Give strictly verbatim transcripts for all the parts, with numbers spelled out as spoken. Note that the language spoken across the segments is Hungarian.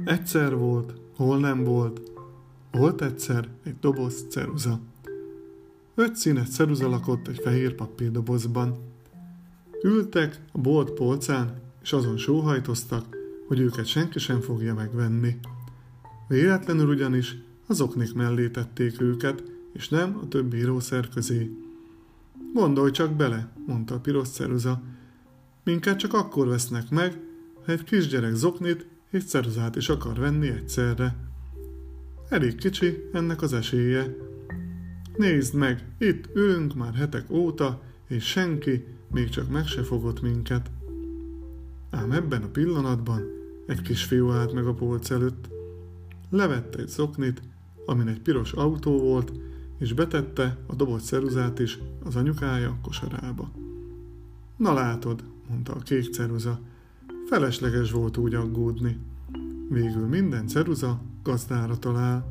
Egyszer volt, hol nem volt. Volt egyszer egy doboz ceruza. Öt színes ceruza lakott egy fehér papírdobozban. Ültek a bolt polcán, és azon sóhajtoztak, hogy őket senki sem fogja megvenni. Véletlenül ugyanis az oknik mellé tették őket, és nem a többi írószer közé. Gondolj csak bele, mondta a piros ceruza. Minket csak akkor vesznek meg, ha egy kisgyerek zoknit és ceruzát is akar venni egyszerre. Elég kicsi ennek az esélye. Nézd meg, itt ülünk már hetek óta, és senki még csak meg se fogott minket. Ám ebben a pillanatban egy kisfiú állt meg a polc előtt. Levette egy zoknit, amin egy piros autó volt, és betette a dobott ceruzát is az anyukája kosarába. Na látod, mondta a kék ceruza, felesleges volt úgy aggódni. Végül minden ceruza gazdára talál.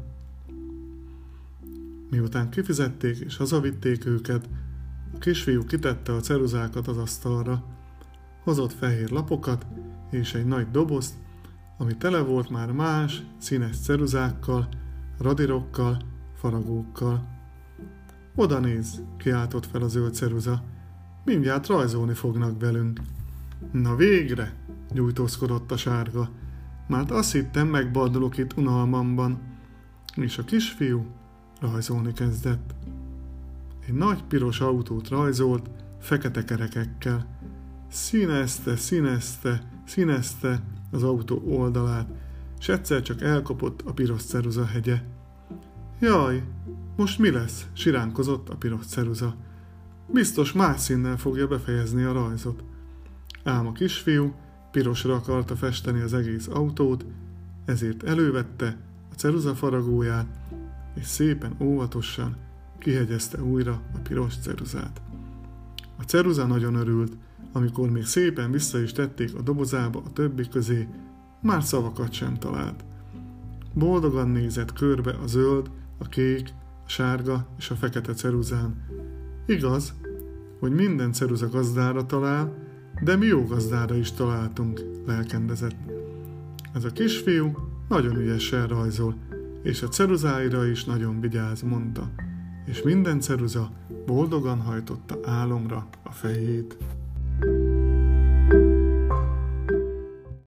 Miután kifizették és hazavitték őket, a kisfiú kitette a ceruzákat az asztalra. Hozott fehér lapokat és egy nagy dobozt, ami tele volt már más, színes ceruzákkal, radirokkal, faragókkal. Oda nézz, kiáltott fel a zöld ceruza. Mindjárt rajzolni fognak velünk. Na végre, gyújtózkodott a sárga. Már azt hittem, megbardulok itt unalmamban. És a kisfiú rajzolni kezdett. Egy nagy piros autót rajzolt, fekete kerekekkel. Színezte, színezte, színezte az autó oldalát, s egyszer csak elkopott a piros ceruza hegye. Jaj, most mi lesz? Siránkozott a piros ceruza. Biztos más színnel fogja befejezni a rajzot. Ám a kisfiú pirosra akarta festeni az egész autót, ezért elővette a ceruza faragóját, és szépen óvatosan kihegyezte újra a piros ceruzát. A ceruza nagyon örült, amikor még szépen vissza is tették a dobozába a többi közé, már szavakat sem talált. Boldogan nézett körbe a zöld, a kék, a sárga és a fekete ceruzán. Igaz, hogy minden ceruza gazdára talál, de mi jó gazdára is találtunk, lelkendezett. Ez a kisfiú nagyon ügyesen rajzol, és a ceruzáira is nagyon vigyáz, mondta, és minden ceruza boldogan hajtotta álomra a fejét.